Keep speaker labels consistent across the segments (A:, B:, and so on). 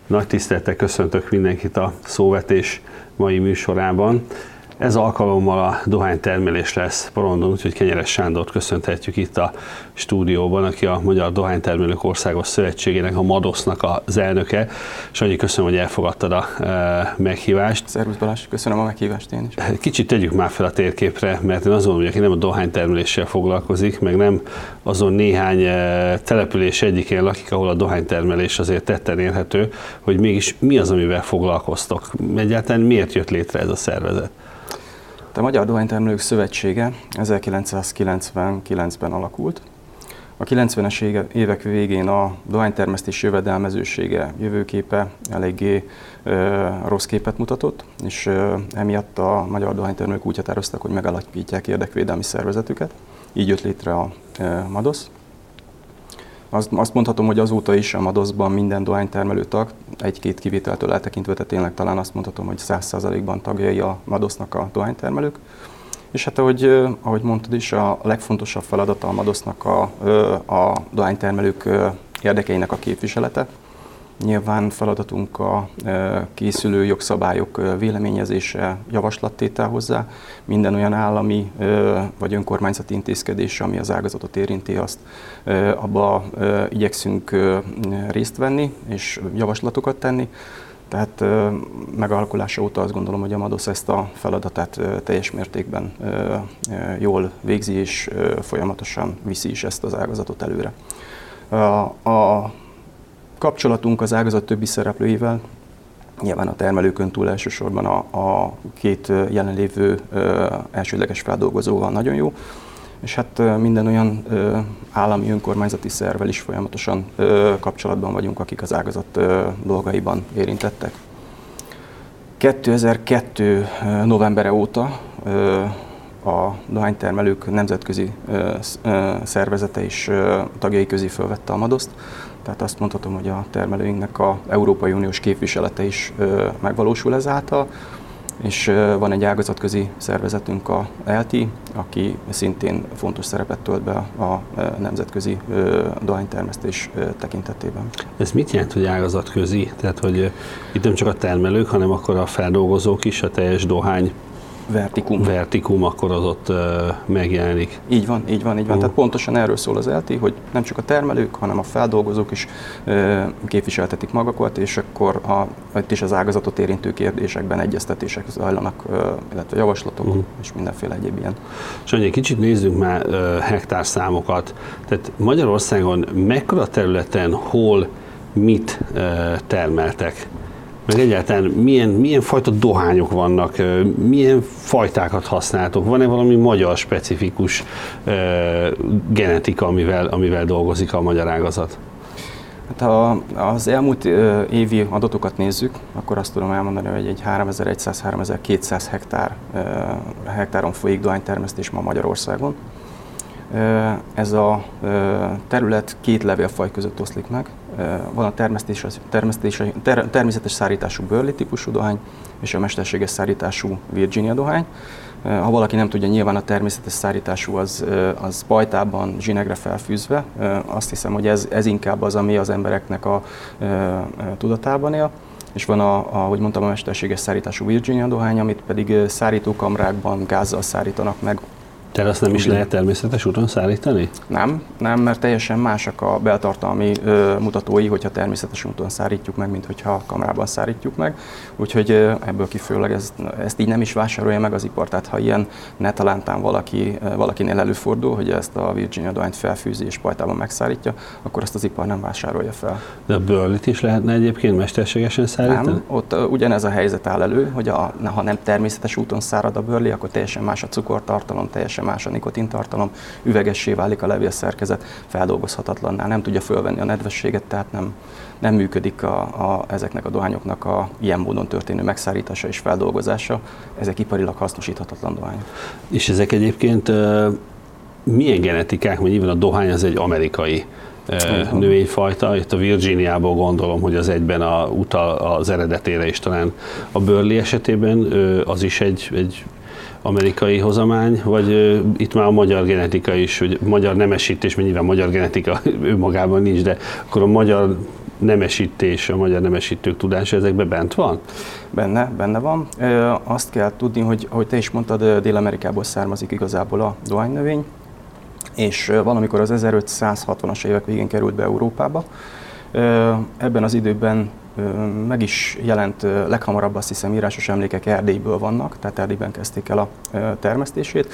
A: Nagy tisztelettel köszöntök mindenkit a Szóvetés mai műsorában. Ez alkalommal a dohánytermelés lesz porondon, úgyhogy Kenyeres Sándort köszönhetjük itt a stúdióban, aki a Magyar Dohánytermelők Országos Szövetségének, a MADOSZ-nak az elnöke. Sanyi, köszönöm, hogy elfogadtad a meghívást.
B: Szervusz Balázs, köszönöm a meghívást én is.
A: Kicsit tegyük már fel a térképre, mert én azt gondolom, hogy aki nem a dohánytermeléssel foglalkozik, meg nem azon néhány település egyikén lakik, ahol a dohánytermelés azért tetten érhető, hogy mégis mi az, amivel foglalkoztok? Egyáltalán miért jött létre ez a szervezet?
B: A Magyar Dohánytermelők Szövetsége 1999-ben alakult. A 90-es évek végén a dohánytermesztés jövedelmezősége, jövőképe eléggé rossz képet mutatott, és emiatt a magyar dohánytermelők úgy határoztak, hogy megalapítják érdekvédelmi szervezetüket. Így jött létre a MADOSZ. Azt mondhatom, hogy azóta is a MADOSZ-ban minden dohánytermelő tag, egy-két kivételtől eltekintve, tehát tényleg talán azt mondhatom, hogy 100%-ban tagjai a MADOSZ-nak a dohánytermelők. És hát ahogy mondtad is, a legfontosabb feladata a MADOSZ-nak a dohánytermelők érdekeinek a képviselete. Nyilván feladatunk a készülő jogszabályok véleményezése, javaslattétel hozzá, minden olyan állami vagy önkormányzati intézkedés, ami az ágazatot érinti, azt abba igyekszünk részt venni és javaslatokat tenni. Tehát megalakulása óta azt gondolom, hogy a MADOSZ ezt a feladatát teljes mértékben jól végzi, és folyamatosan viszi is ezt az ágazatot előre. A kapcsolatunk az ágazat többi szereplőivel, nyilván a termelőkön túl elsősorban a két jelenlévő elsődleges feldolgozóval nagyon jó, és hát minden olyan állami önkormányzati szervvel is folyamatosan kapcsolatban vagyunk, akik az ágazat dolgaiban érintettek. 2002. novembere óta a dohánytermelők nemzetközi szervezete is tagjai közé felvette a MADOSZ-t, tehát azt mondhatom, hogy a termelőinknek az Európai Uniós képviselete is megvalósul ezáltal, és van egy ágazatközi szervezetünk, a ELTI, aki szintén fontos szerepet tölt be a nemzetközi dohánytermesztés tekintetében.
A: Ez mit jelent, hogy ágazatközi? Tehát, hogy itt nem csak a termelők, hanem akkor a feldolgozók is, a teljes dohány vertikum akkor az ott megjelenik.
B: Így van. Tehát pontosan erről szól az ELTI, hogy nem csak a termelők, hanem a feldolgozók is képviseltetik magukat, és akkor itt is az ágazatot érintő kérdésekben egyeztetések zajlanak, illetve javaslatok, és mindenféle egyéb ilyen.
A: Sanyi, egy kicsit nézzünk már hektárszámokat. Tehát Magyarországon mekkora területen, hol, mit termeltek? Meg egyáltalán milyen fajta dohányok vannak, milyen fajtákat használtok? Van-e valami magyar specifikus genetika, amivel dolgozik a magyar ágazat?
B: Hát ha az elmúlt évi adatokat nézzük, akkor azt tudom elmondani, hogy egy 3100-3200 hektáron folyik dohánytermesztés ma Magyarországon. Ez a terület két levélfaj között oszlik meg. Van a természetes szárítású Burley típusú dohány és a mesterséges szárítású Virginia dohány. Ha valaki nem tudja, nyilván a természetes szárítású az pajtában, zsinegre felfűzve. Azt hiszem, hogy ez inkább az, ami az embereknek a tudatában él. És van, ahogy mondtam, a mesterséges szárítású Virginia dohány, amit pedig szárítókamrákban gázzal szárítanak meg.
A: Tehát azt nem is lehet természetes úton szállítani?
B: Nem, mert teljesen másak a beltartalmi mutatói, hogyha természetes úton szárítjuk meg, mint hogyha kamrában szárítjuk meg. Úgyhogy ebből kifolyólag ezt így nem is vásárolja meg az ipar. Tehát ha ilyen netalántán valakinél előfordul, hogy ezt a Virginia dohányt felfűzi és pajtában megszárítja, akkor azt az ipar nem vásárolja fel.
A: De a Burley-t is lehetne egyébként mesterségesen szállítani?
B: Nem, ott ugyanez a helyzet áll elő, hogy ha nem természetes úton szárad a Burley, akkor teljesen más a cukortartalom, teljesen más a nikotintartalom, üvegessé válik a levélszerkezet, feldolgozhatatlanná, nem tudja fölvenni a nedvességet, tehát nem működik ezeknek a dohányoknak ilyen módon történő megszárítása és feldolgozása. Ezek iparilag hasznosíthatatlan dohányok.
A: És ezek egyébként milyen genetikák, mert nyilván a dohány az egy amerikai növényfajta, itt a Virginiából gondolom, hogy az egyben utal az eredetére is, talán a Burley esetében az is egy amerikai hozamány, vagy itt már a magyar genetika is, hogy magyar nemesítés, mert nyilván magyar genetika ő magában nincs, de akkor a magyar nemesítés, a magyar nemesítők tudása ezekben bent van?
B: Benne van. Azt kell tudni, hogy te is mondtad, Dél-Amerikából származik igazából a dohánynövény, és valamikor az 1560-as évek végén került be Európába. Ebben az időben meg is jelent leghamarabb, azt hiszem, írásos emlékek Erdélyből vannak, tehát Erdélyben kezdték el a termesztését,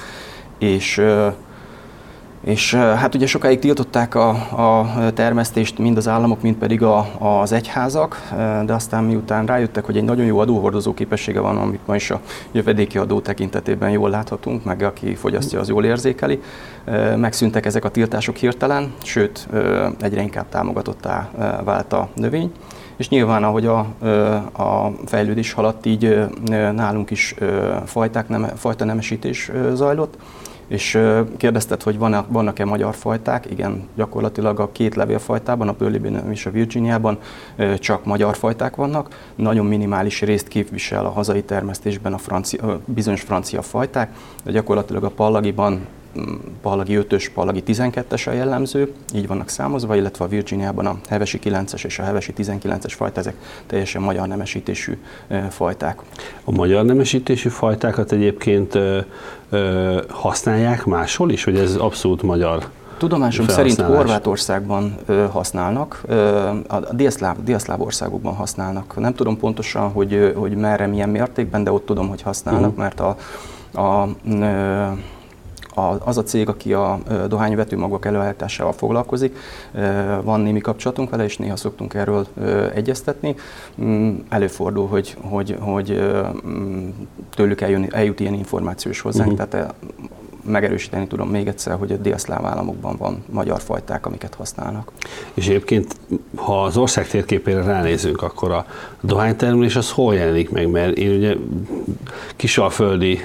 B: és hát ugye sokáig tiltották a termesztést mind az államok, mind pedig az egyházak, de aztán miután rájöttek, hogy egy nagyon jó adóhordozó képessége van, amit ma is a jövedéki adó tekintetében jól láthatunk, meg aki fogyasztja, az jól érzékeli, megszűntek ezek a tiltások hirtelen, sőt egyre inkább támogatottá vált a növény. És nyilván, ahogy a fejlődés haladt, így nálunk is fajta nemesítés zajlott, és kérdezted, hogy vannak-e magyar fajták? Igen, gyakorlatilag a két levélfajtában, a Burleyben és a Virginiában csak magyar fajták vannak. Nagyon minimális részt képvisel a hazai termesztésben bizonyos francia fajták, de gyakorlatilag a Pallagiban Pallagi 5-ös, Pallagi 12-es a jellemző, így vannak számozva, illetve a Virginiában a hevesi 9-es és a hevesi 19-es fajta, ezek teljesen magyar nemesítésű fajták.
A: A magyar nemesítésű fajtákat egyébként használják máshol is, vagy ez abszolút magyar?
B: Tudomásom szerint Horvátországban használnak, a délszláv országokban használnak. Nem tudom pontosan, hogy merre, milyen mértékben, de ott tudom, hogy használnak, mert az a cég, aki a dohányvetőmagok előállításával foglalkozik, van némi kapcsolatunk vele, és néha szoktunk erről egyeztetni. Előfordul, hogy tőlük eljut ilyen információ is hozzánk, tehát megerősíteni tudom még egyszer, hogy a délszláv államokban van magyar fajták, amiket használnak.
A: És egyébként, ha az ország térképére ránézünk, akkor a dohánytermelés az hol jelenik meg? Mert én ugye kisalföldi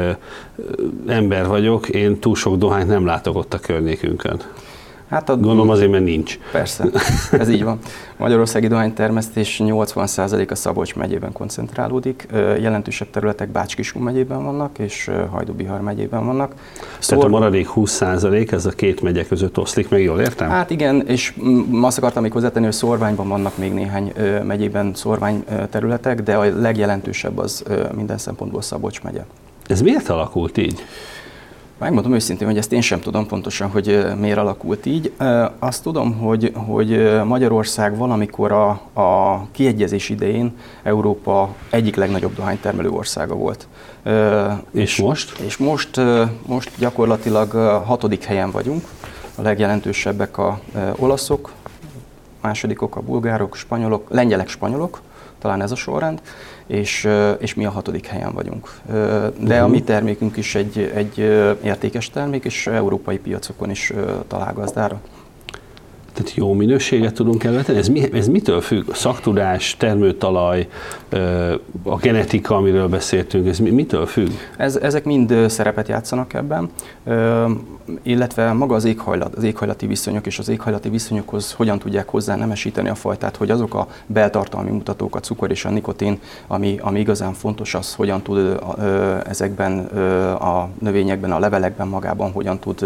A: ember vagyok, én túl sok dohányt nem látok ott a környékünkön. Gondolom azért, mert nincs.
B: Persze, ez így van. Magyarországi dohánytermesztés 80%-a Szabolcs megyében koncentrálódik, jelentősebb területek Bács-Kissú megyében vannak, és Hajdú-Bihar megyében vannak.
A: Tehát a maradék 20% ez a két megye között oszlik meg, jól értem?
B: Hát igen, és azt akartam még hozzátenni, hogy Szorványban vannak még néhány megyében szorvány területek, de a legjelentősebb az minden szempontból Szabolcs megye.
A: Ez miért alakult így?
B: Megmondom őszintén, hogy ezt én sem tudom pontosan, hogy miért alakult így. Azt tudom, hogy Magyarország valamikor a kiegyezés idején Európa egyik legnagyobb dohánytermelő országa volt.
A: És most?
B: És most gyakorlatilag 6. helyen vagyunk. A legjelentősebbek a olaszok, másodikok a bulgárok, spanyolok, lengyelek, spanyolok, talán ez a sorrend, és mi a 6. helyen vagyunk. De a mi termékünk is egy értékes termék, és európai piacokon is talál gazdára.
A: Tehát jó minőséget tudunk előállítani? Ez mitől függ? A szaktudás, termőtalaj, a genetika, amiről beszéltünk, ez mitől függ?
B: Ezek mind szerepet játszanak ebben, illetve maga az éghajlati viszonyok, és az éghajlati viszonyokhoz hogyan tudják hozzá nemesíteni a fajtát, hogy azok a beltartalmi mutatók, a cukor és a nikotin, ami igazán fontos, az hogyan tud ezekben a növényekben, a levelekben magában, hogyan tud,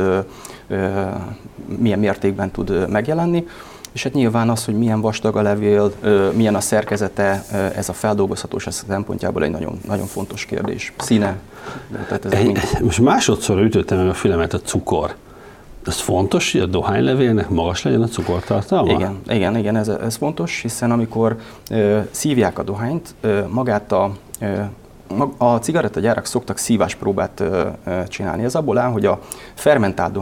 B: milyen mértékben tud megjelenni. És hát nyilván az, hogy milyen vastag a levél, milyen a szerkezete, ez a feldolgozhatóság szempontjából egy nagyon, nagyon fontos kérdés. Színe.
A: Most másodszor ütöttem meg a fülemet, a cukor. Ez fontos, hogy a dohánylevélnek magas legyen a cukortartalma?
B: Igen, ez fontos, hiszen amikor szívják a dohányt, magát a cigarettagyárak szoktak szíváspróbát csinálni. Ez abból áll, hogy a fermentált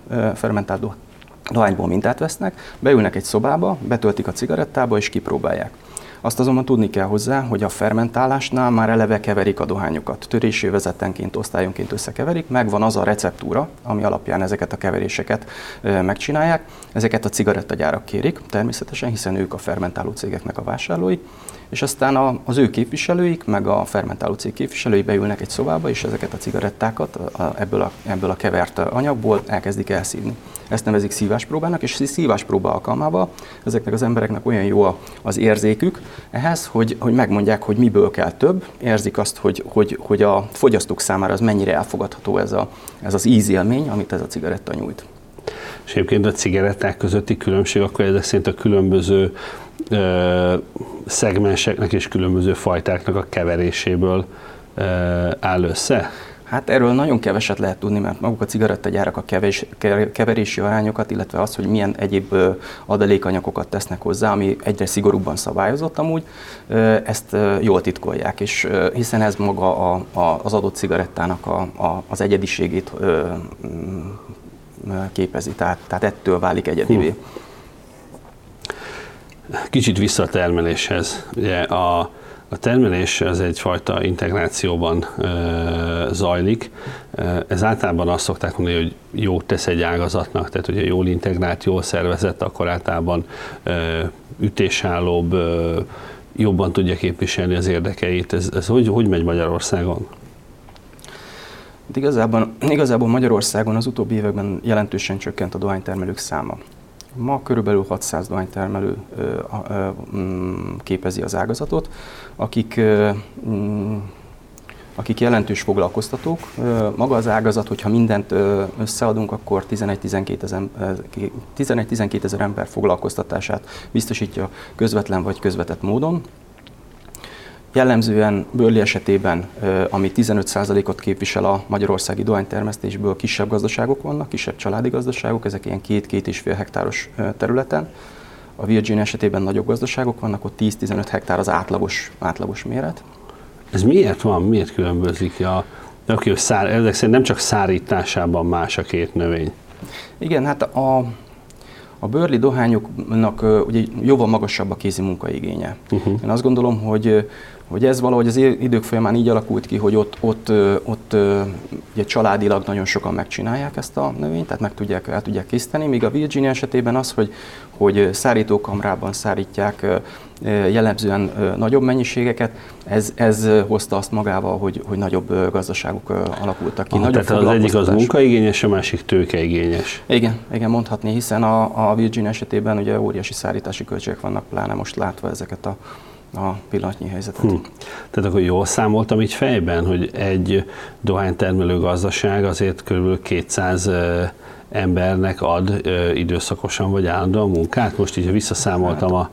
B: dohányból mintát vesznek, beülnek egy szobába, betöltik a cigarettába és kipróbálják. Azt azonban tudni kell hozzá, hogy a fermentálásnál már eleve keverik a dohányokat. Törésövezetenként, osztályonként összekeverik, megvan az a receptúra, ami alapján ezeket a keveréseket megcsinálják. Ezeket a cigarettagyárak kérik természetesen, hiszen ők a fermentáló cégeknek a vásárlói, és aztán az ő képviselőik, meg a fermentáló cég képviselői beülnek egy szobába, és ezeket a cigarettákat ebből a kevert anyagból elkezdik elszívni. Ezt nevezik szíváspróbának, és szíváspróba alkalmával ezeknek az embereknek olyan jó az érzékük ehhez, hogy megmondják, hogy miből kell több, érzik azt, hogy a fogyasztók számára az mennyire elfogadható ez az ízélmény, amit ez a cigaretta nyújt.
A: És egyébként a cigaretták közötti különbség akkor ezek szerint a különböző szegmenseknek és különböző fajtáknak a keveréséből áll össze?
B: Hát erről nagyon keveset lehet tudni, mert maguk a cigarettagyárak a keverési arányokat, illetve az, hogy milyen egyéb adalékanyagokat tesznek hozzá, ami egyre szigorúbban szabályozott amúgy, ezt jól titkolják, és hiszen ez maga az adott cigarettának az egyediségét képezi, tehát ettől válik egyedivé.
A: Kicsit vissza a termeléshez. Ugye a termelés az egyfajta integrációban zajlik. Ez általában azt szokták mondani, hogy jót tesz egy ágazatnak, tehát hogyha jól integrált, jól szervezett, akkor általában ütésállóbb, jobban tudja képviselni az érdekeit. Ez hogy megy Magyarországon?
B: Igazából Magyarországon az utóbbi években jelentősen csökkent a dohánytermelők száma. Ma körülbelül 600 dohánytermelő képezi az ágazatot, akik jelentős foglalkoztatók. Maga az ágazat, hogyha mindent összeadunk, akkor 11-12 ezer ember foglalkoztatását biztosítja közvetlen vagy közvetett módon. Jellemzően Burley esetében, ami 15%-ot képvisel a magyarországi dohánytermesztésből, kisebb gazdaságok vannak, kisebb családi gazdaságok, ezek ilyen 2-2,5 hektáros területen. A Virgin esetében nagyobb gazdaságok vannak, ott 10-15 hektár az átlagos méret.
A: Ez miért van? Miért különbözik? Ezek szerint nem csak szárításában más a két növény.
B: Igen, hát a Burley dohányoknak ugye jóval magasabb a kézi munkaigénye. Én azt gondolom, hogy ez valahogy az idők folyamán így alakult ki, hogy ott ugye családilag nagyon sokan megcsinálják ezt a növényt, tehát el tudják készíteni, míg a Virginia esetében az, hogy szárítókamrában szárítják jellemzően nagyobb mennyiségeket, ez hozta azt magával, hogy nagyobb gazdaságok alakultak ki.
A: Tehát az egyik az munkaigényes, a másik tőkeigényes.
B: Igen, mondhatni, hiszen a Virgin esetében ugye óriási szárítási költségek vannak, pláne most látva ezeket a pillanatnyi helyzetet.
A: Tehát akkor jól számoltam így fejben, hogy egy dohánytermelő gazdaság azért kb. 200 embernek ad időszakosan vagy állandóan munkát. Most így visszaszámoltam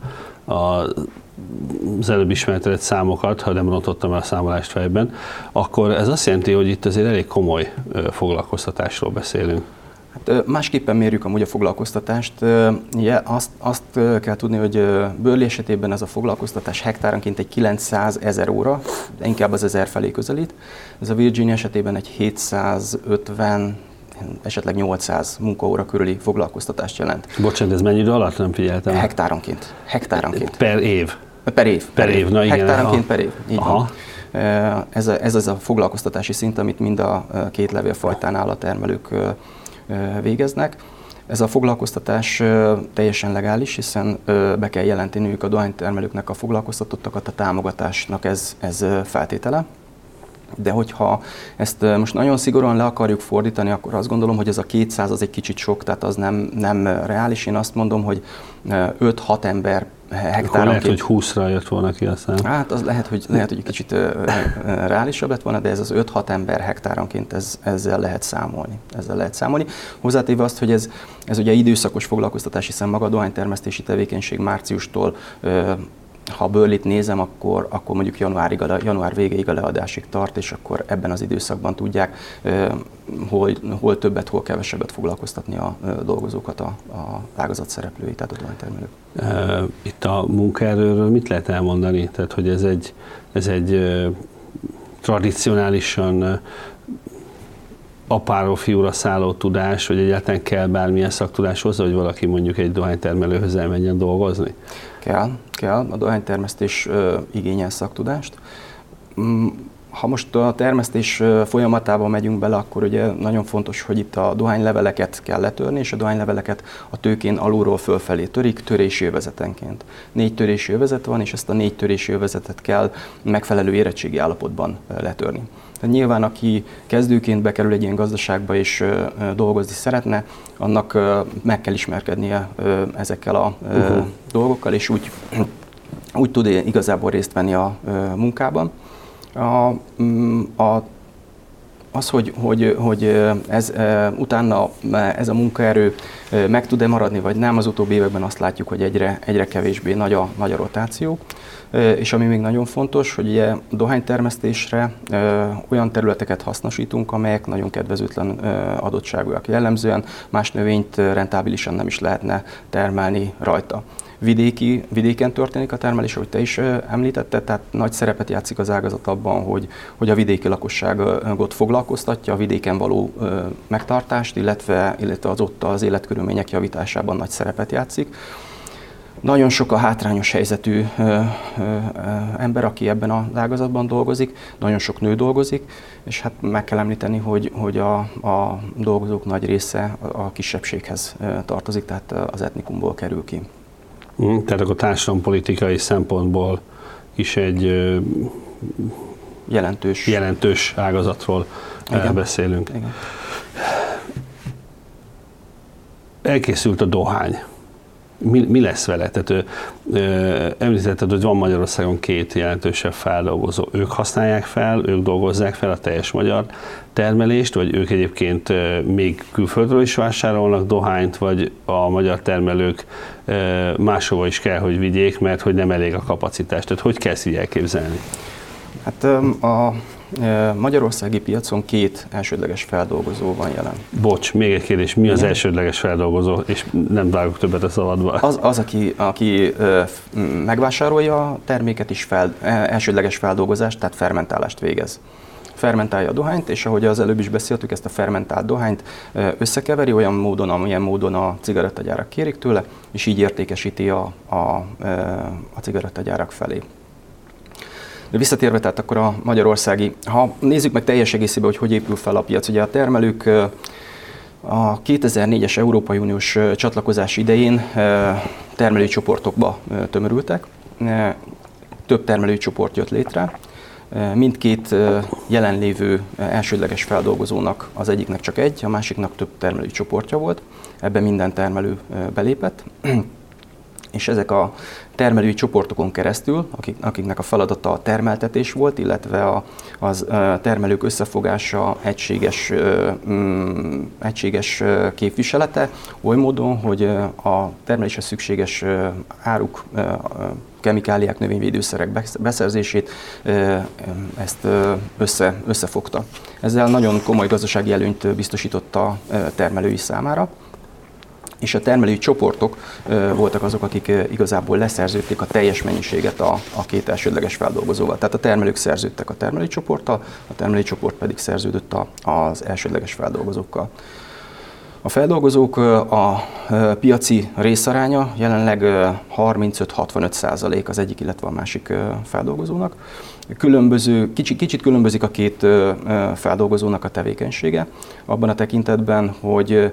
A: az előbb ismertetett számokat, ha nem rontottam el a számolást fejben, akkor ez azt jelenti, hogy itt azért elég komoly foglalkoztatásról beszélünk.
B: Hát másképpen mérjük amúgy a foglalkoztatást. Azt kell tudni, hogy Burley esetében ez a foglalkoztatás hektáronként egy 900 000 óra, de inkább az 1000 felé közelít. Ez a Virginia esetében egy 750, esetleg 800 munkaóra körüli foglalkoztatást jelent.
A: Bocsánat, ez mennyi idő alatt? Nem figyeltem.
B: Hektáronként.
A: Per év?
B: Per év.
A: Na igen.
B: Hektáronként per év. Így van. Ez az a foglalkoztatási szint, amit mind a két levélfajtánál a termelők végeznek. Ez a foglalkoztatás teljesen legális, hiszen be kell jelenteniük a dohánytermelőknek a foglalkoztatottakat, a támogatásnak ez feltétele. De hogyha ezt most nagyon szigorúan le akarjuk fordítani, akkor azt gondolom, hogy ez a 200 az egy kicsit sok, tehát az nem reális. Én azt mondom, hogy 5-6 ember hektáronként.
A: Lehet, hogy 20-ra jött volna ki a szám.
B: Hát az lehet, hogy egy kicsit reálisabb lett volna, de ez az 5-6 ember hektáronként ezzel lehet számolni. Hozzátéve azt, hogy ez ugye időszakos foglalkoztatás, hiszen maga a dohánytermesztési tevékenység márciustól, ha Burley-t nézem, akkor mondjuk január végéig a leadásig tart, és akkor ebben az időszakban tudják hol többet, hol kevesebbet foglalkoztatni a dolgozókat, a ágazat szereplői, tehát a dohánytermelők.
A: Itt a munkaerőről mit lehet elmondani? Tehát, hogy ez egy tradicionálisan apáról fiúra szálló tudás, vagy egyáltalán kell bármilyen szaktudás hozzá, hogy valaki mondjuk egy dohánytermelőhöz elmenjen dolgozni?
B: Kell. A dohánytermesztés igényel szaktudást. Ha most a termesztés folyamatában megyünk bele, akkor ugye nagyon fontos, hogy itt a dohányleveleket kell letörni, és a dohányleveleket a tőkén alulról fölfelé törik, törési övezetenként. 4 törési övezet van, és ezt a 4 törési övezetet kell megfelelő érettségi állapotban letörni. Tehát nyilván, aki kezdőként bekerül egy ilyen gazdaságba és dolgozni szeretne, annak meg kell ismerkednie ezekkel a dolgokkal, és úgy tud igazából részt venni a munkában. hogy utána ez a munkaerő meg tud-e maradni, vagy nem, az utóbbi években azt látjuk, hogy egyre kevésbé nagy a rotáció. És ami még nagyon fontos, hogy ugye dohánytermesztésre olyan területeket hasznosítunk, amelyek nagyon kedvezőtlen adottságúak. Jellemzően más növényt rentábilisan nem is lehetne termelni rajta. Vidéken történik a termelés, ahogy te is említetted, tehát nagy szerepet játszik az ágazat abban, hogy a vidéki lakosságot foglalkoztatja, a vidéken való megtartást, illetve az ott az életkörülmények javításában nagy szerepet játszik. Nagyon sok a hátrányos helyzetű ember, aki ebben az ágazatban dolgozik, nagyon sok nő dolgozik, és hát meg kell említeni, hogy a dolgozók nagy része a kisebbséghez tartozik, tehát az etnikumból kerül ki.
A: Tehát akkor társadalompolitikai szempontból is egy jelentős ágazatról beszélünk.
B: Igen.
A: Elkészült a dohány. Mi lesz vele? Tehát említetted, hogy van Magyarországon 2 jelentősebb feldolgozó. Ők használják fel, ők dolgozzák fel a teljes magyar termelést, vagy ők egyébként még külföldről is vásárolnak dohányt, vagy a magyar termelők máshova is kell, hogy vigyék, mert hogy nem elég a kapacitás. Tehát hogy kell ezt így elképzelni?
B: Hát a magyarországi piacon 2 elsődleges feldolgozó van jelen.
A: Bocs, még egy kérdés, mi az elsődleges feldolgozó, és nem vágok többet a szabadba?
B: Az aki megvásárolja a terméket is elsődleges feldolgozást, tehát fermentálást végez. Fermentálja a dohányt, és ahogy az előbb is beszéltük, ezt a fermentált dohányt összekeveri olyan módon, amilyen módon a cigarettagyárak kérik tőle, és így értékesíti a cigarettagyárak felé. De visszatérve, tehát akkor a magyarországi, ha nézzük meg teljes egészében, hogy épül fel a piac. Ugye a termelők a 2004-es Európai Uniós csatlakozás idején termelőcsoportokba tömörültek. Több termelőcsoport jött létre. Mindkét jelenlévő elsődleges feldolgozónak az egyiknek csak egy, a másiknak több termelőcsoportja volt. Ebben minden termelő belépett. És ezek a termelői csoportokon keresztül, akiknek a feladata a termeltetés volt, illetve a termelők összefogása, egységes képviselete, oly módon, hogy a termelésre szükséges áruk, kemikáliák, növényvédőszerek beszerzését ezt összefogta. Ezzel nagyon komoly gazdasági előnyt biztosított a termelői számára. És a termelői csoportok voltak azok, akik igazából leszerződték a teljes mennyiséget a 2 elsődleges feldolgozóval. Tehát a termelők szerződtek a termelői csoporttal, a termelői csoport pedig szerződött az elsődleges feldolgozókkal. A feldolgozók a piaci részaránya jelenleg 35-65% az egyik, illetve a másik feldolgozónak. Kicsit különbözik a 2 feldolgozónak a tevékenysége, abban a tekintetben, hogy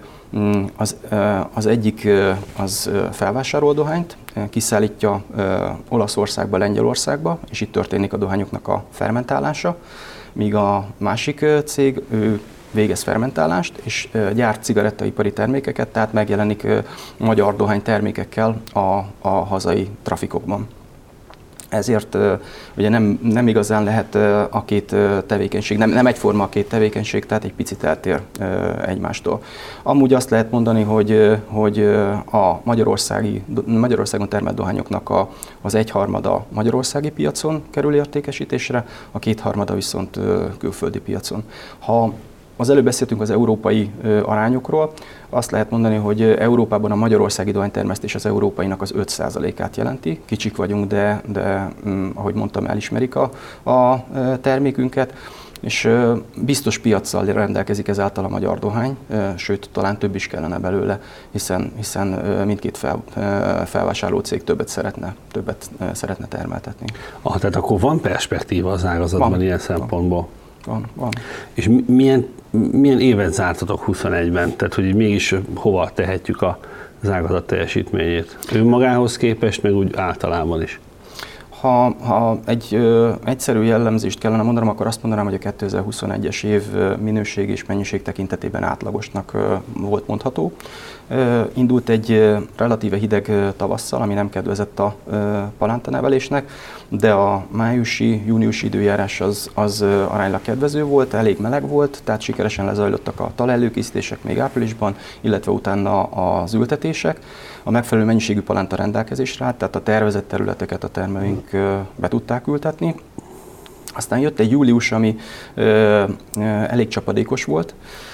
B: az egyik az felvásárol dohányt, kiszállítja Olaszországba, Lengyelországba, és itt történik a dohányoknak a fermentálása, míg a másik cég végez fermentálást, és gyárt cigarettaipari termékeket, tehát megjelenik magyar dohánytermékekkel a hazai trafikokban. Ezért ugye nem igazán lehet a 2 tevékenység, nem egyforma a 2 tevékenység, tehát egy picit eltér egymástól. Amúgy azt lehet mondani, hogy a Magyarországon termelt dohányoknak az 1/3 a magyarországi piacon kerül értékesítésre, a 2/3 viszont külföldi piacon. Ha az előbb beszéltünk az európai arányokról, azt lehet mondani, hogy Európában a magyarországi dohánytermesztés az európainak az 5%-át jelenti. Kicsik vagyunk, de ahogy mondtam, elismerik a termékünket, és biztos piaccal rendelkezik ezáltal a magyar dohány, sőt, talán több is kellene belőle, hiszen mindkét felvásárló cég többet szeretne termeltetni.
A: Tehát akkor van perspektíva az ágazatban ilyen szempontból?
B: Van.
A: És milyen évet zártatok 21-ben? Tehát, hogy mégis hova tehetjük az ágazat teljesítményét? Önmagához képest, meg úgy általában is?
B: Ha egy egyszerű jellemzést kellene mondanom, akkor azt mondanám, hogy a 2021-es év minőség és mennyiség tekintetében átlagosnak volt mondható. Indult egy relatíve hideg tavasszal, ami nem kedvezett a palántanevelésnek, de a májusi-júniusi időjárás az aránylag kedvező volt, elég meleg volt, tehát sikeresen lezajlottak a talajlőkészítések még áprilisban, illetve utána az ültetések. A megfelelő mennyiségű palánta rendelkezésre állt, tehát a tervezett területeket a termelőink be tudták ültetni. Aztán jött egy július, ami elég csapadékos volt.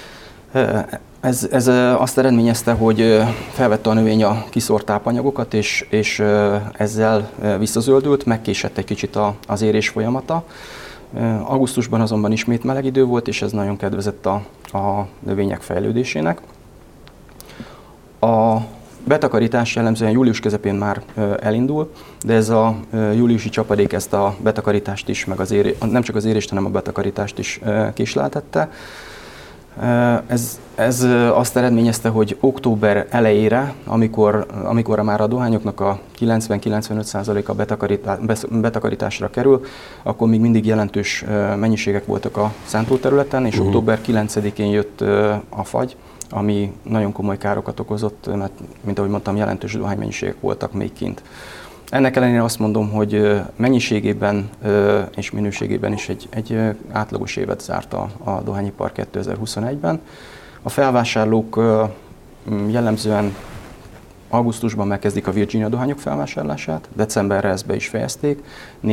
B: Ez azt eredményezte, hogy felvette a növény a kiszórt tápanyagokat, és ezzel visszazöldült, megkésett egy kicsit az érés folyamata. Augusztusban azonban ismét meleg idő volt, és ez nagyon kedvezett a növények fejlődésének. A betakarítás jellemzően július közepén már elindul, de ez a júliusi csapadék ezt a betakarítást is, meg nem csak az érést, hanem a betakarítást is késleltette. Ez azt eredményezte, hogy október elejére, amikor már a dohányoknak a 90-95%-a betakarításra kerül, akkor még mindig jelentős mennyiségek voltak a szántóterületen, és október 9-én jött a fagy, ami nagyon komoly károkat okozott, mert, mint ahogy mondtam, jelentős dohánymennyiségek voltak még kint. Ennek ellenére azt mondom, hogy mennyiségében és minőségében is egy átlagos évet zárt a dohányipar 2021-ben. A felvásárlók jellemzően augusztusban megkezdik a Virginia dohányok felvásárlását, decemberre ezt be is fejezték,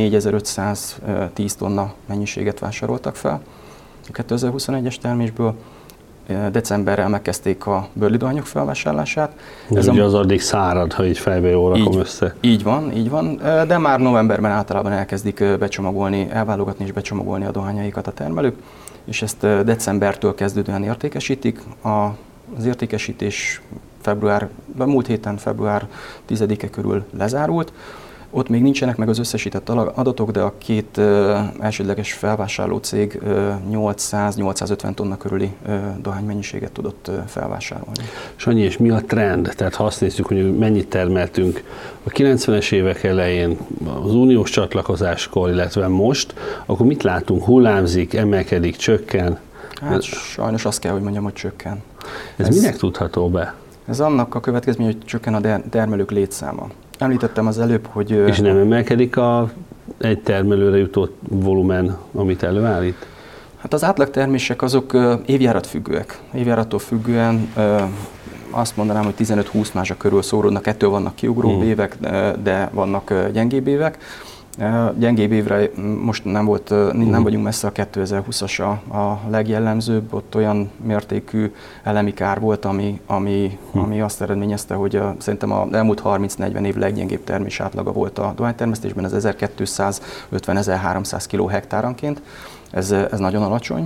B: 4510 tonna mennyiséget vásároltak fel a 2021-es termésből. Decemberrel megkezdték a Burley dohányok felvásárlását.
A: Ez ugye az addig szárad, ha így fejbe jól rakom össze.
B: Így van, de már novemberben általában elkezdik becsomagolni, elválogatni és becsomagolni a dohányaikat a termelők, és ezt decembertől kezdődően értékesítik. Az értékesítés múlt héten február 10-e körül lezárult. Ott még nincsenek meg az összesített adatok, de a két elsődleges felvásárló cég 800-850 tonna körüli dohánymennyiséget tudott felvásárolni.
A: Sanyi, és mi a trend? Tehát ha azt nézzük, hogy mennyit termeltünk a 90-es évek elején, az uniós csatlakozáskor, illetve most, akkor mit látunk? Hullámzik, emelkedik, csökken?
B: Hát sajnos azt kell, hogy mondjam, hogy csökken.
A: Ez minek tudható be?
B: Ez annak a következménye, hogy csökken a termelők létszáma. Említettem az előbb, hogy...
A: És nem emelkedik egy termelőre jutó volumen, amit előállít?
B: Hát az átlagtermések azok évjárat függőek. Évjárattól függően azt mondanám, hogy 15-20 mázsa körül szóródnak, ettől vannak kiugróbb évek, de vannak gyengébb évek. Gyengébb évre most nem vagyunk messze, a 2020-as a legjellemzőbb, ott olyan mértékű elemi kár volt, ami azt eredményezte, hogy szerintem az elmúlt 30-40 év leggyengébb termés átlaga volt a dohánytermesztésben, ez 1250-1300 kg hektáranként, ez nagyon alacsony.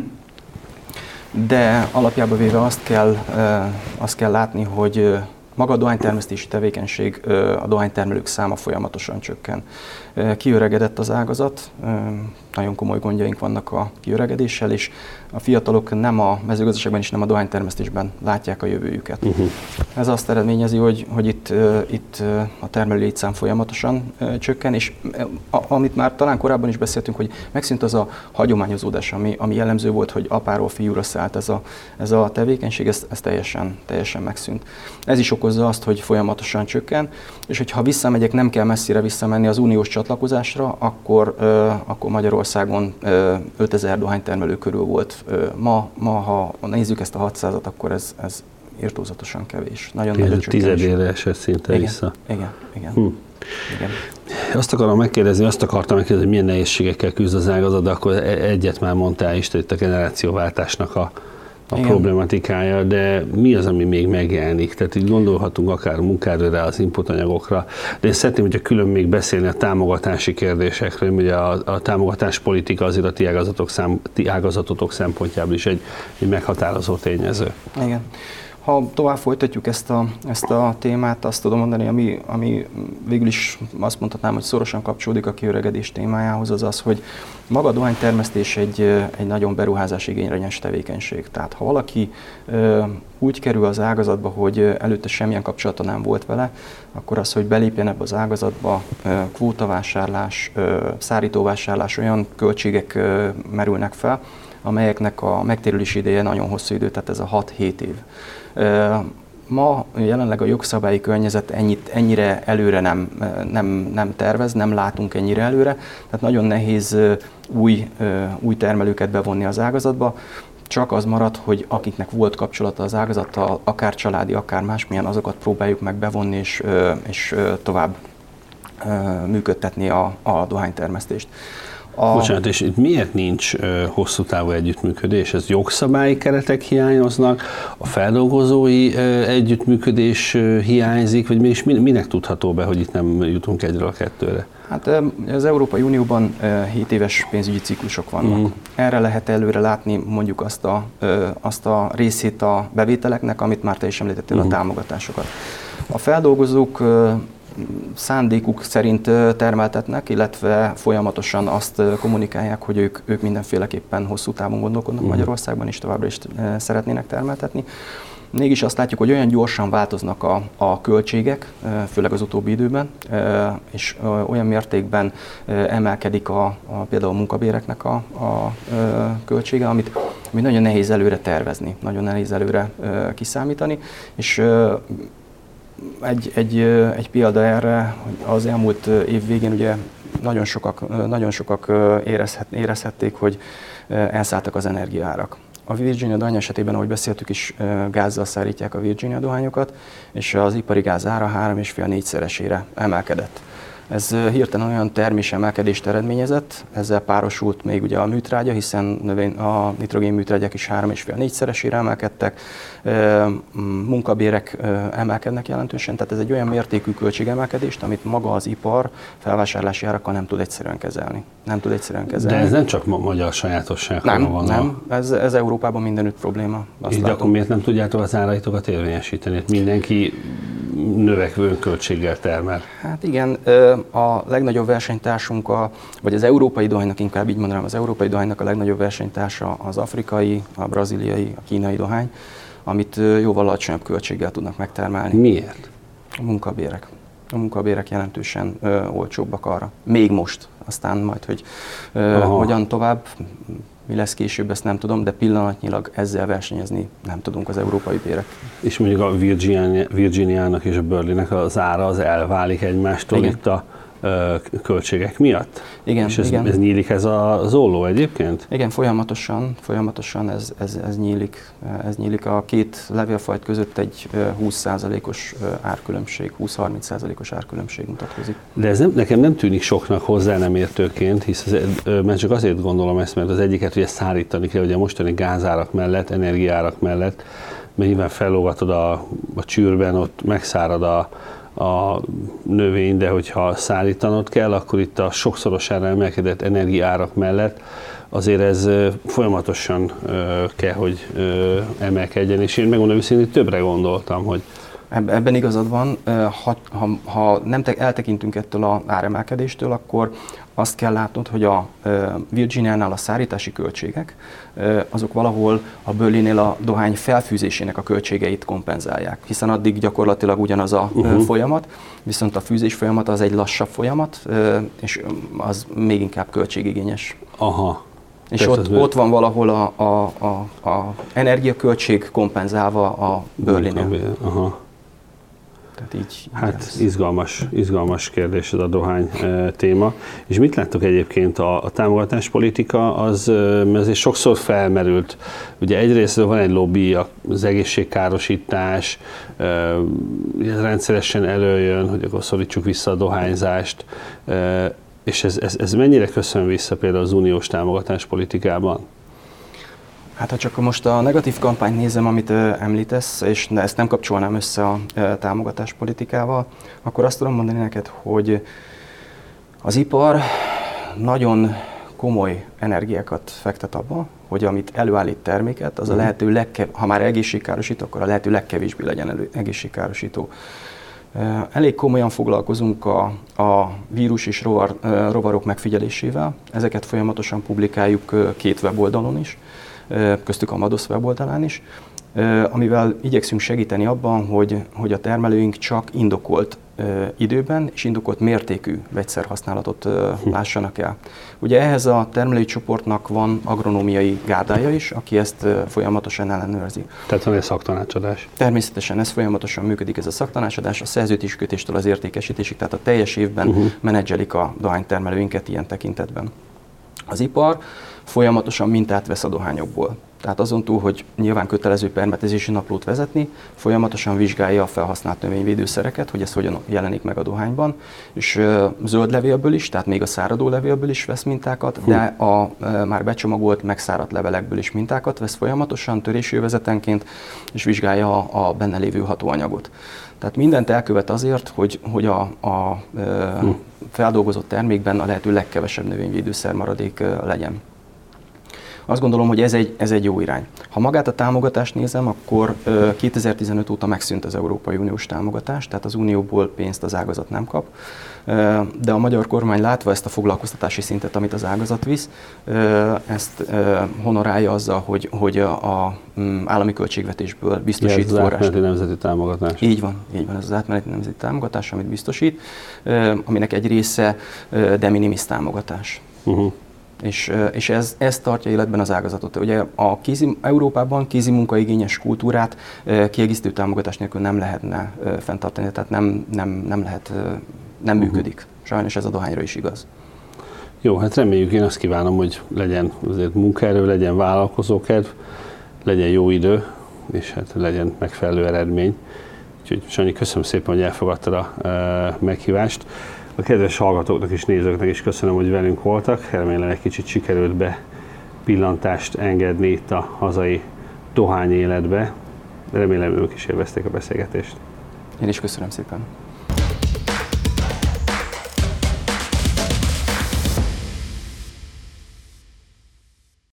B: De alapjában véve azt kell látni, hogy maga a dohánytermesztési tevékenység, a dohánytermelők száma folyamatosan csökken. Kiöregedett az ágazat, nagyon komoly gondjaink vannak a kiöregedéssel, és a fiatalok nem a mezőgazdaságban és nem a dohánytermesztésben látják a jövőjüket. Ez azt eredményezi, hogy itt a termelő létszám folyamatosan csökken, és amit már talán korábban is beszéltünk, hogy megszűnt az a hagyományozódás, ami jellemző volt, hogy apáról fiúra szállt ez a tevékenység, ez teljesen megszűnt. Ez is okozza azt, hogy folyamatosan csökken, és hogyha visszamegyek, nem kell messzire visszamenni az uniós csatlakozásra, akkor Magyarországon 5000 dohánytermelő körül volt. Ma, ha nézzük ezt a 600-at, akkor ez irtózatosan kevés. Nagyon nagy csökkenés.
A: Tizedére esett szinte vissza.
B: Igen.
A: Azt akartam megkérdezni, hogy milyen nehézségekkel küzd az ágazat, de akkor egyet már mondtál is, itt a generációváltásnak a problematikája, de mi az, ami még megjelenik? Tehát így gondolhatunk akár a munkaerőre, az inputanyagokra, de én szeretném, hogyha külön még beszélni a támogatási kérdésekről, ugye a támogatáspolitika azért a ti ágazatotok szempontjából is egy meghatározó tényező.
B: Igen. Ha tovább folytatjuk ezt a témát, azt tudom mondani, ami végül is azt mondhatnám, hogy szorosan kapcsolódik a kiöregedés témájához, az az, hogy maga a dohánytermesztés egy nagyon beruházásigényes tevékenység. Tehát ha valaki úgy kerül az ágazatba, hogy előtte semmilyen kapcsolata nem volt vele, akkor az, hogy belépjen ebbe az ágazatba, kvótavásárlás, szárítóvásárlás, olyan költségek merülnek fel, amelyeknek a megtérülési ideje nagyon hosszú idő, tehát ez a 6-7 év. Ma jelenleg a jogszabályi környezet ennyire előre nem tervez, nem látunk ennyire előre, tehát nagyon nehéz új termelőket bevonni az ágazatba. Csak az marad, hogy akiknek volt kapcsolata az ágazattal, akár családi, akár másmilyen, azokat próbáljuk meg bevonni és tovább működtetni a dohánytermesztést.
A: Bocsánat, és miért nincs hosszú távú együttműködés? Ez jogszabályi keretek hiányoznak, a feldolgozói együttműködés hiányzik, vagy mégis minek tudható be, hogy itt nem jutunk egyről a kettőre?
B: Hát az Európai Unióban 7 éves pénzügyi ciklusok vannak. Erre lehet előre látni mondjuk azt a részét a bevételeknek, amit már te is említettél, a támogatásokat. A feldolgozók szándékuk szerint termeltetnek, illetve folyamatosan azt kommunikálják, hogy ők mindenféleképpen hosszú távon gondolkodnak Magyarországban, és továbbra is szeretnének termeltetni. Mégis azt látjuk, hogy olyan gyorsan változnak a költségek, főleg az utóbbi időben, és olyan mértékben emelkedik például a munkabéreknek a költsége, amit nagyon nehéz előre tervezni, nagyon nehéz előre kiszámítani, és egy példa erre, hogy az elmúlt év végén ugye nagyon sokak érezhették, hogy elszálltak az energiaárak. A Virginia dohány esetében, ahogy beszéltük is, gázzal szárítják a Virginia dohányokat, és az ipari gáz ára 3,5-4-szeresére emelkedett. Ez hirtelen olyan termésemelkedést eredményezett, ezzel párosult még ugye a műtrágya, hiszen a nitrogén műtrágyák is 3,5-4-szeresére emelkedtek, munkabérek emelkednek jelentősen, tehát ez egy olyan mértékű költségemelkedést, amit maga az ipar felvásárlási árakkal nem tud egyszerűen kezelni.
A: De ez nem csak magyar sajátosság, hanem van.
B: Nem, ez Európában mindenütt probléma.
A: És de akkor miért nem tudjátok az áraitokat érvényesíteni? Mindenki növekvő költséggel termel.
B: Hát igen, a legnagyobb versenytársunk, vagy az európai dohánynak, inkább így mondanám, az európai dohánynak a legnagyobb versenytársa az afrikai, a brazíliai, a kínai dohány, amit jóval alacsonyabb költséggel tudnak megtermelni.
A: Miért?
B: A munkabérek. A munkabérek jelentősen olcsóbbak arra. Még most. Aztán majd, hogy hogyan tovább, mi lesz később, ezt nem tudom, de pillanatnyilag ezzel versenyezni nem tudunk az európai bérek.
A: És mondjuk a Virginiának és a Burleynek az ára az elválik egymástól. Igen. Itt a költségek miatt?
B: Igen,
A: és ez
B: nyílik
A: ez az olló egyébként?
B: Igen, folyamatosan ez nyílik. Ez nyílik. A két levélfajt között egy 20%-os árkülönbség, 20-30%-os árkülönbség mutatkozik.
A: De ez nekem nem tűnik soknak hozzá nem értőként, hisz mert csak azért gondolom ezt, mert az egyiket ugye szárítani kell, ugye a mostani gázárak mellett, energiárak mellett, mert nyilván fellógatod a csűrben, ott megszárad a növény, de hogyha szállítanod kell, akkor itt a sokszorosára emelkedett energiaárak mellett azért ez folyamatosan kell, hogy emelkedjen, és én megmondom őszintén, többre gondoltam, hogy
B: ebben igazad van, ha nem eltekintünk ettől az áremelkedéstől, akkor azt kell látnod, hogy a Virginiánál a szárítási költségek, azok valahol a Burleynél a dohány felfűzésének a költségeit kompenzálják, hiszen addig gyakorlatilag ugyanaz a folyamat, viszont a fűzés folyamat az egy lassabb folyamat, és az még inkább költségigényes.
A: Aha.
B: És ott van valahol a energiaköltség kompenzálva a Burleynél.
A: Aha.
B: Tehát így,
A: hát izgalmas kérdés ez a dohány téma. És mit láttok egyébként a támogatáspolitika, az azért sokszor felmerült. Ugye egyrészt van egy lobby, az egészségkárosítás, ez rendszeresen előjön, hogy akkor szorítsuk vissza a dohányzást, és ez mennyire köszön vissza például az uniós támogatáspolitikában?
B: Hát ha csak most a negatív kampányt nézem, amit említesz, és ezt nem kapcsolnám össze a támogatáspolitikával, akkor azt tudom mondani neked, hogy az ipar nagyon komoly energiákat fektet abba, hogy amit előállít terméket, az a lehető ha már egészségkárosító, akkor a lehető legkevésbé legyen egészségkárosító. Elég komolyan foglalkozunk a vírus és rovarok megfigyelésével. Ezeket folyamatosan publikáljuk 2 weboldalon is, köztük a Madosz weboldalán is, amivel igyekszünk segíteni abban, hogy a termelőink csak indokolt időben és indokolt mértékű vegyszerhasználatot lássanak el. Ugye ehhez a termelői csoportnak van agronómiai gárdája is, aki ezt folyamatosan ellenőrzi.
A: Tehát van egy szaktanácsadás?
B: Természetesen ez folyamatosan működik, ez a szaktanácsadás, a szerződéskötéstől az értékesítésig, tehát a teljes évben menedzselik a dohánytermelőinket ilyen tekintetben. Az ipar folyamatosan mintát vesz a dohányokból. Tehát azon túl, hogy nyilván kötelező permetezési naplót vezetni, folyamatosan vizsgálja a felhasznált növényvédőszereket, hogy ez hogyan jelenik meg a dohányban, és zöld levélből is, tehát még a száradó levélből is vesz mintákat, de a már becsomagolt, megszáradt levelekből is mintákat vesz folyamatosan, törésjövezetenként, és vizsgálja a benne lévő hatóanyagot. Tehát mindent elkövet azért, hogy a feldolgozott termékben a lehető legkevesebb növényvédőszer maradék legyen. Azt gondolom, hogy ez egy jó irány. Ha magát a támogatást nézem, akkor 2015 óta megszűnt az Európai Uniós támogatás, tehát az Unióból pénzt az ágazat nem kap, de a magyar kormány látva ezt a foglalkoztatási szintet, amit az ágazat visz, ezt honorálja azzal, hogy a állami költségvetésből biztosít forrást.
A: Ez az átmeneti nemzeti támogatás.
B: Így van, ez az átmeneti nemzeti támogatás, amit biztosít, aminek egy része de minimis támogatás. És ez tartja életben az ágazatot. Ugye Európában kézimunkaigényes kultúrát kiegészítő támogatás nélkül nem lehetne fenntartani, tehát nem működik. Sajnos ez a dohányra is igaz.
A: Jó, hát reméljük, én azt kívánom, hogy legyen azért munkaerő, legyen vállalkozókedv, legyen jó idő, és hát legyen megfelelő eredmény. Úgyhogy Sanyi, köszönöm szépen, hogy elfogadtad a meghívást. A kedves hallgatóknak és nézőknek is köszönöm, hogy velünk voltak. Remélem egy kicsit sikerült be pillantást engedni itt a hazai dohány életbe. Remélem ők is élvezték a beszélgetést.
B: Én is köszönöm szépen.